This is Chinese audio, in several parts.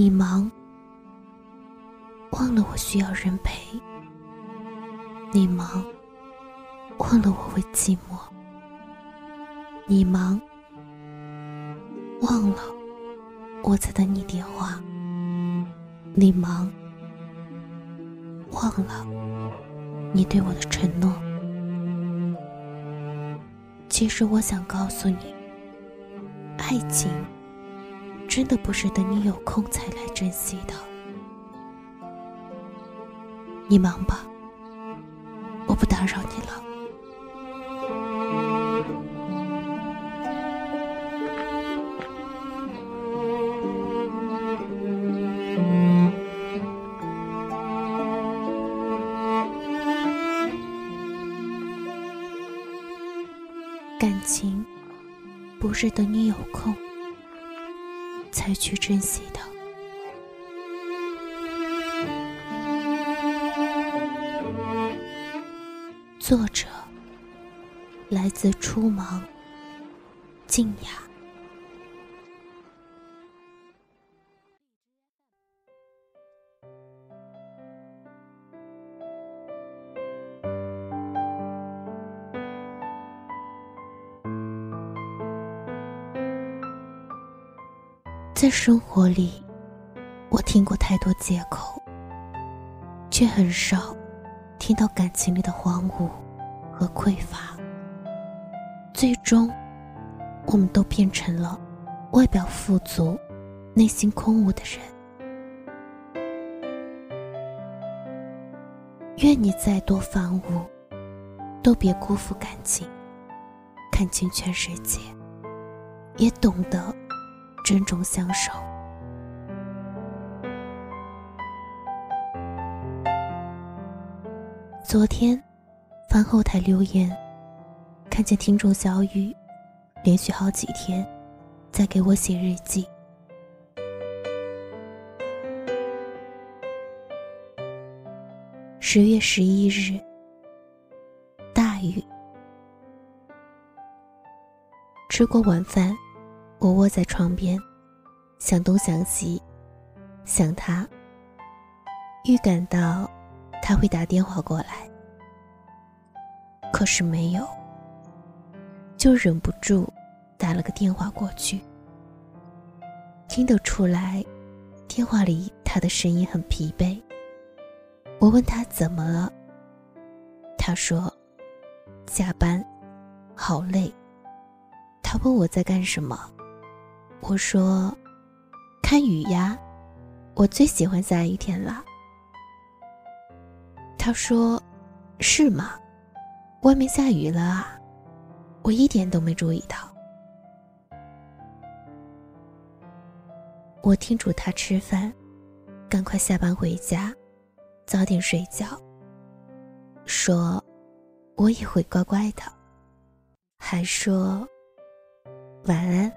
你忙，忘了我需要人陪；你忙，忘了我会寂寞；你忙，忘了我在等你电话；你忙，忘了你对我的承诺。其实我想告诉你，爱情真的不是等你有空才来珍惜的。你忙吧，我不打扰你了。感情不是等你有空才去珍惜的。作者来自初芒，静雅。在生活里，我听过太多借口，却很少听到感情里的荒芜和匮乏。最终，我们都变成了外表富足、内心空无的人。愿你再多繁芜，都别辜负感情，看清全世界，也懂得珍重相守。昨天翻后台留言，看见听众小雨连续好几天在给我写日记。10月11日，大雨。吃过晚饭，我窝在床边，想东想西，想他，预感到他会打电话过来，可是没有，就忍不住打了个电话过去。听得出来，电话里他的声音很疲惫。我问他怎么了，他说加班，好累。他问我在干什么，我说看雨呀，我最喜欢下雨天了。他说是吗？外面下雨了啊，我一点都没注意到。我叮嘱他吃饭，赶快下班回家，早点睡觉，说我也会乖乖的，还说晚安。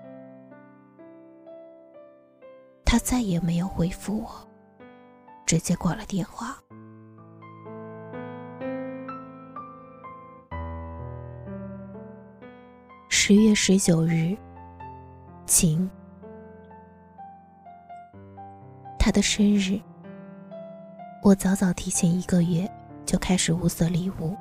他再也没有回复我，直接挂了电话。10月19日，晴。他的生日，我早早提前1个月就开始物色礼物。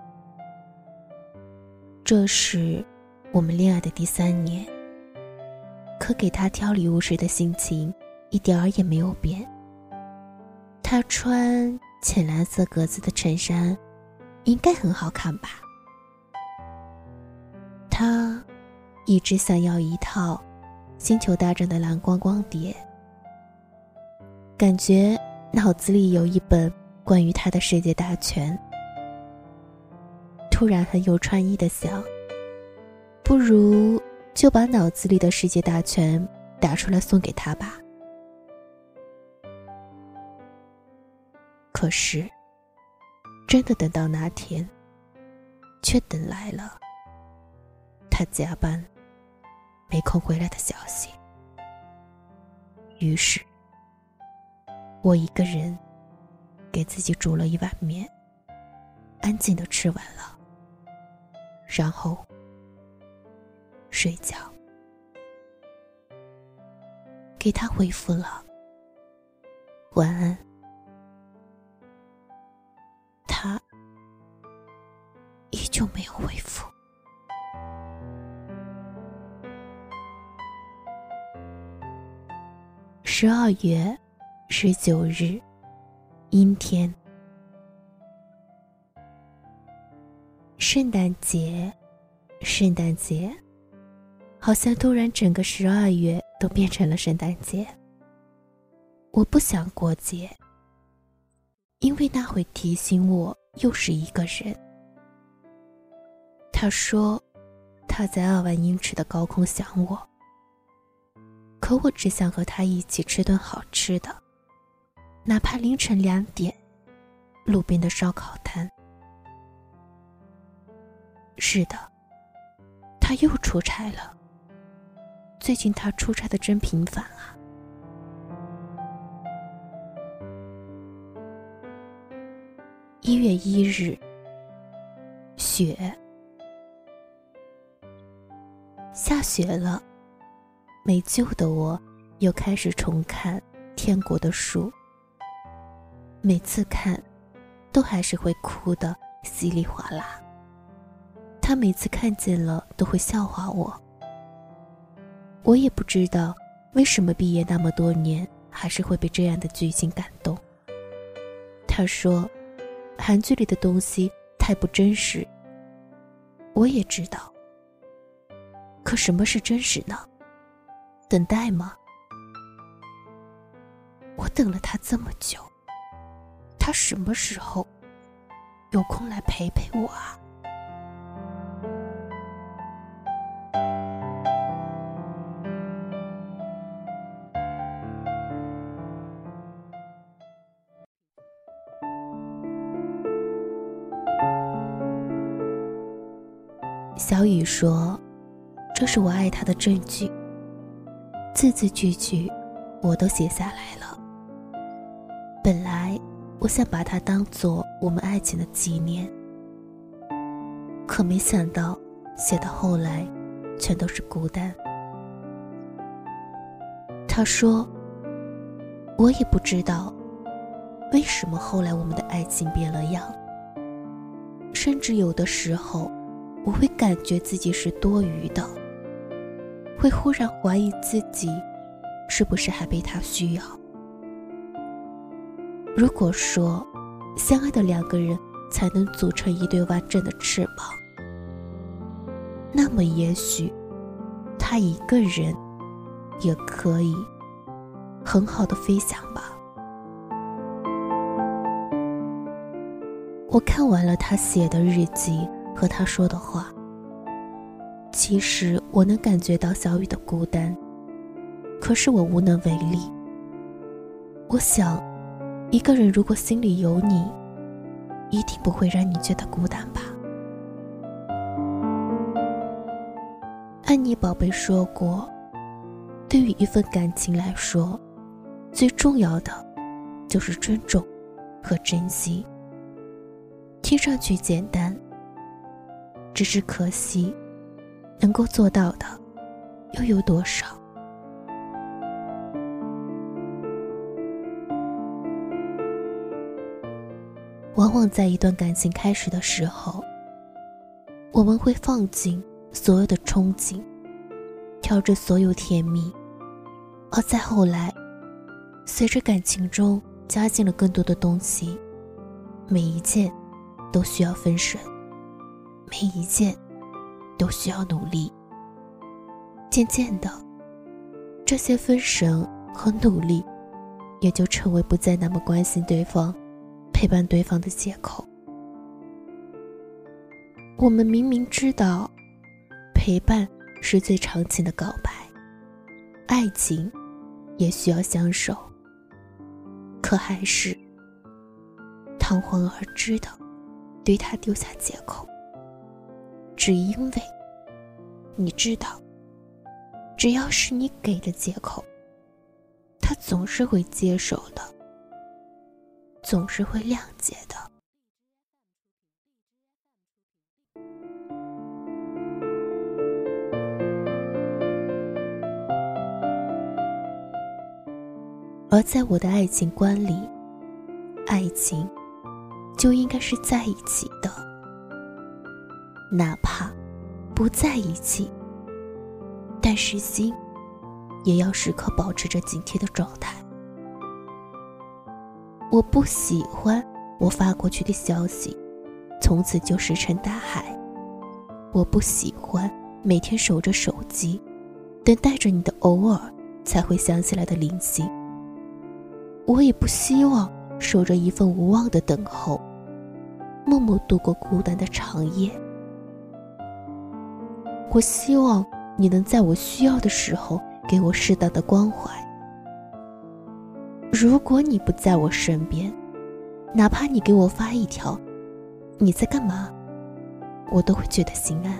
这是我们恋爱的第3年，可给他挑礼物时的心情一点儿也没有变。他穿浅蓝色格子的衬衫，应该很好看吧。他一直想要一套星球大战的蓝光光碟，感觉脑子里有一本关于他的世界大全。突然很有创意的想，不如就把脑子里的世界大全打出来送给他吧。可是真的等到那天，却等来了他加班没空回来的消息。于是我一个人给自己煮了一碗面，安静地吃完了，然后睡觉。给他回复了晚安。他依旧没有回复。12月19日，阴天。圣诞节，圣诞节，好像突然整个12月都变成了圣诞节。我不想过节，因为那会提醒我又是一个人。他说他在2万英尺的高空想我，可我只想和他一起吃顿好吃的，哪怕凌晨2点，路边的烧烤摊。是的，他又出差了。最近他出差的真频繁啊。1月1日，雪。下雪了，没救的我又开始重看《天国的树》，每次看都还是会哭得稀里哗啦。他每次看见了都会笑话我。我也不知道为什么毕业那么多年还是会被这样的剧情感动。他说韩剧里的东西太不真实，我也知道。可什么是真实呢？等待吗？我等了他这么久，他什么时候有空来陪陪我啊？小雨说，这是我爱他的证据，字字句句我都写下来了。本来我想把它当作我们爱情的纪念，可没想到写到后来全都是孤单。他说，我也不知道为什么后来我们的爱情变了样，甚至有的时候我会感觉自己是多余的，会忽然怀疑自己是不是还被他需要。如果说相爱的2个人才能组成一对完整的翅膀，那么也许他一个人也可以很好的飞翔吧。我看完了他写的日记和他说的话，其实我能感觉到小雨的孤单，可是我无能为力。我想，一个人如果心里有你，一定不会让你觉得孤单吧。安妮宝贝说过，对于一份感情来说，最重要的就是尊重和珍惜。听上去简单，只是可惜能够做到的又有多少？往往在一段感情开始的时候，我们会放尽所有的憧憬，挑着所有甜蜜，而再后来，随着感情中加进了更多的东西，每一件都需要分神，每一件都需要努力。渐渐的，这些分神和努力也就成为不再那么关心对方、陪伴对方的借口。我们明明知道陪伴是最长情的告白，爱情也需要相守，可还是堂皇而知的对他丢下借口，只因为你知道，只要是你给的借口，他总是会接受的，总是会谅解的。 而在我的爱情观里，爱情就应该是在一起的，哪怕不在一起，但是心也要时刻保持着警惕的状态。我不喜欢我发过去的消息从此就石沉大海，我不喜欢每天守着手机，等待着你的偶尔才会想起来的灵性。我也不希望守着一份无望的等候，默默度过孤单的长夜。我希望你能在我需要的时候给我适当的关怀。如果你不在我身边，哪怕你给我发一条你在干嘛，我都会觉得心安。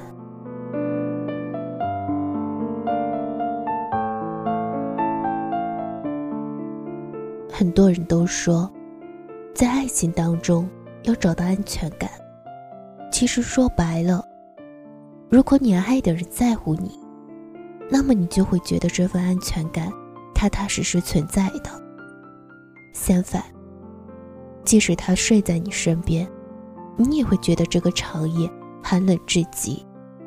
很多人都说，在爱情当中要找到安全感。其实说白了，如果你爱的人在乎你，那么你就会觉得这份安全感踏踏实实存在的。相反，即使他睡在你身边，你也会觉得这个长夜寒冷至极。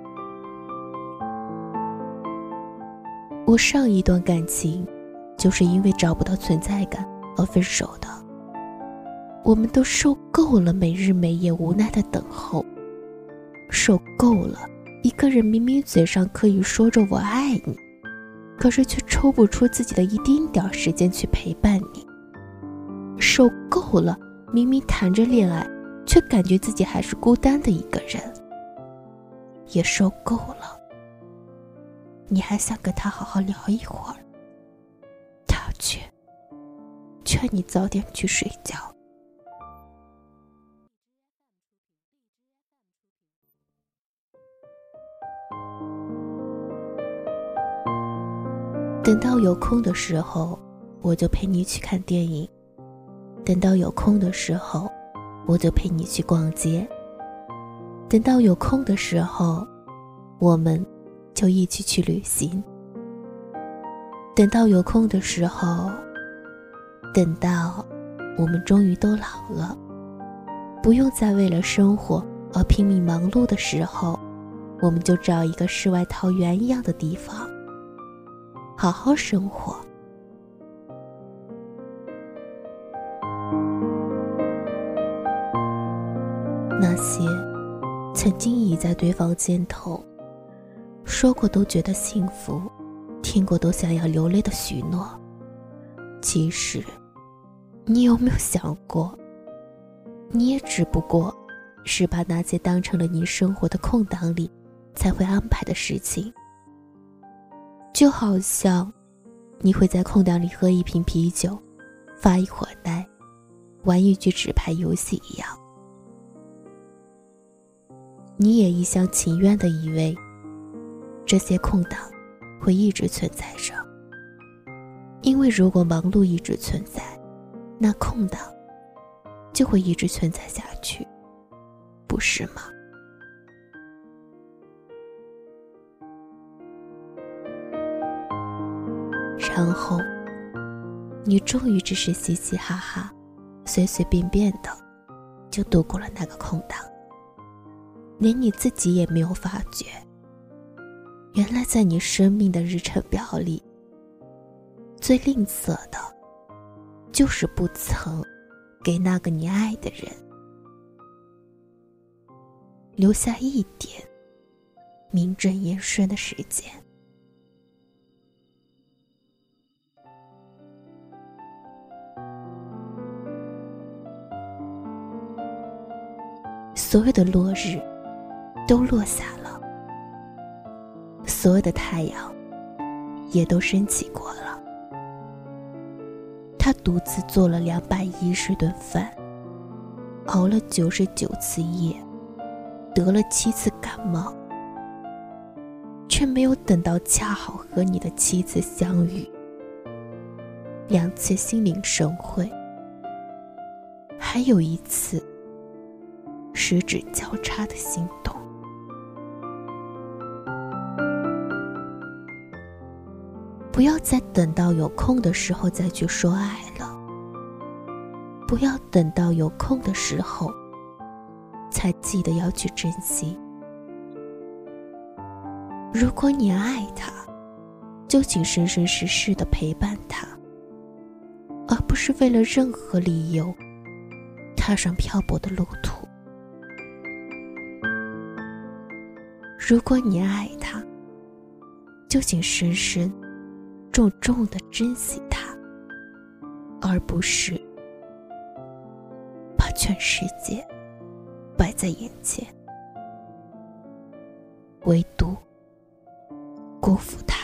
我上一段感情就是因为找不到存在感而分手的。我们都受够了每日每夜无奈的等候，受够了一个人明明嘴上可以说着我爱你，可是却抽不出自己的一丁点时间去陪伴你，受够了明明谈着恋爱却感觉自己还是孤单的一个人，也受够了你还想跟他好好聊一会儿，他却劝你早点去睡觉。等到有空的时候，我就陪你去看电影；等到有空的时候，我就陪你去逛街；等到有空的时候，我们就一起去旅行；等到有空的时候，等到我们终于都老了，不用再为了生活而拼命忙碌的时候，我们就找一个世外桃源一样的地方，好好生活。那些曾经倚在对方肩头，说过都觉得幸福，听过都想要流泪的许诺，其实你有没有想过，你也只不过是把那些当成了你生活的空档里才会安排的事情。就好像你会在空档里喝一瓶啤酒，发一会儿呆，玩一局纸牌游戏一样。你也一厢情愿地以为这些空档会一直存在着，因为如果忙碌一直存在，那空档就会一直存在下去，不是吗？然后你终于只是嘻嘻哈哈随随便便的就度过了那个空档，连你自己也没有发觉，原来在你生命的日程表里，最吝啬的就是不曾给那个你爱的人留下一点名正言顺的时间。所有的落日都落下了，所有的太阳也都升起过了。他独自做了210顿饭，熬了99次夜，得了7次感冒，却没有等到恰好和你的7次相遇，2次心领神会，还有1次十指交叉的心动。 不要再等到有空的时候再去说爱了，不要等到有空的时候才记得要去珍惜。如果你爱他，就请生生世世地陪伴他，而不是为了任何理由踏上漂泊的路途。如果你爱他，就请深深重重地珍惜他，而不是把全世界摆在眼前，唯独辜负他。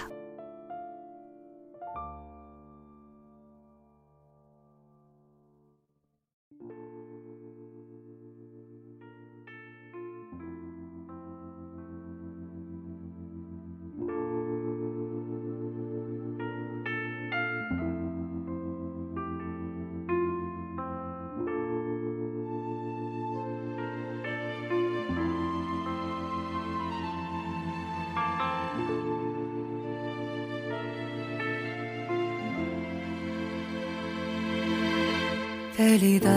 北里的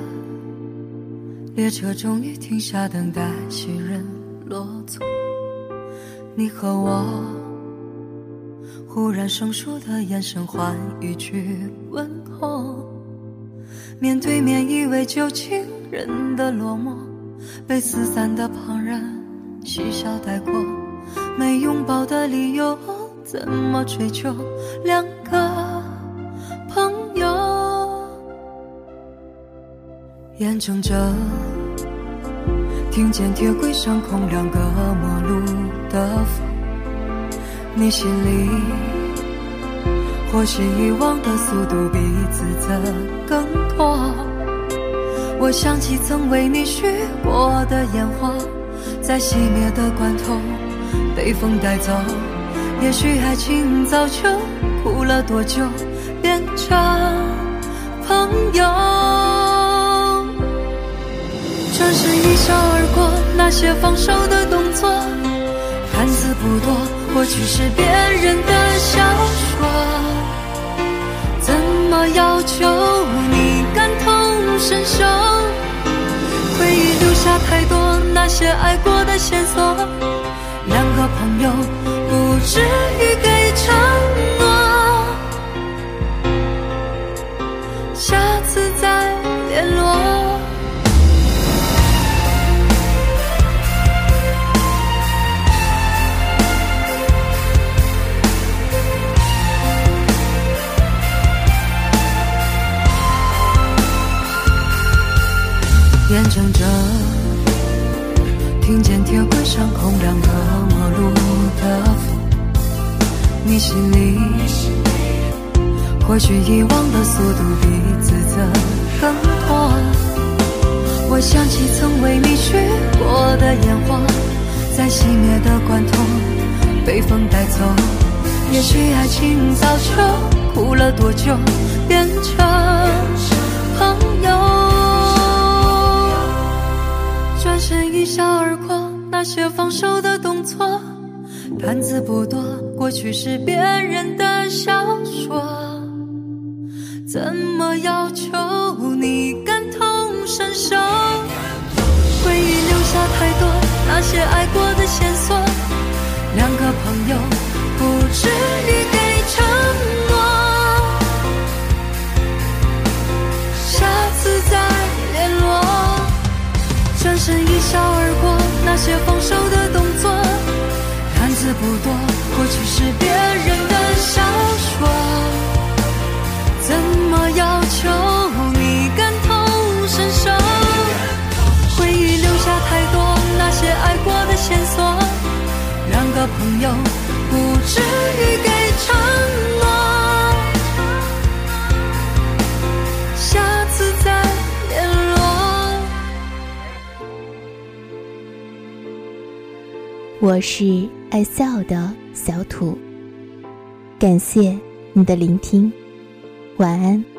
列车终于停下，等待行人落座。你和我忽然生疏的眼神换一句问候，面对面以为旧情人的落寞，被四散的旁人嬉笑带过。没拥抱的理由，怎么追究两个朋友？眼睁着听见铁轨上空两个陌路的风，你心里或许遗忘的速度比自责更多。我想起曾为你许过的烟花，在熄灭的关头被风带走。也许爱情早就哭了多久变成朋友。转身一笑而过，那些放手的动作看似不多，或许是别人的小说。怎么要求你感同身受？回忆留下太多那些爱过的线索，两个朋友不至于给承诺，下次再联络。眼睁着听见铁轨上空两个陌路的风，你心里或许遗忘的速度比自责更多。我想起曾为你许过的烟花，在熄灭的关头被风带走。也许爱情早就哭了多久变成朋友。转身一笑而过，那些放手的动作单字不多，过去是别人的小说。怎么要求你感同身受？回忆留下太多那些爱过的线索，两个朋友不至于给承诺，下次再联络。转身一笑而过，那些放手的动作看似不多，或许是别人的小说。怎么要求你感同身受？回忆留下太多那些爱过的线索，两个朋友不至于给承诺，下次再联络。 我是爱笑的小土，感谢你的聆听，晚安。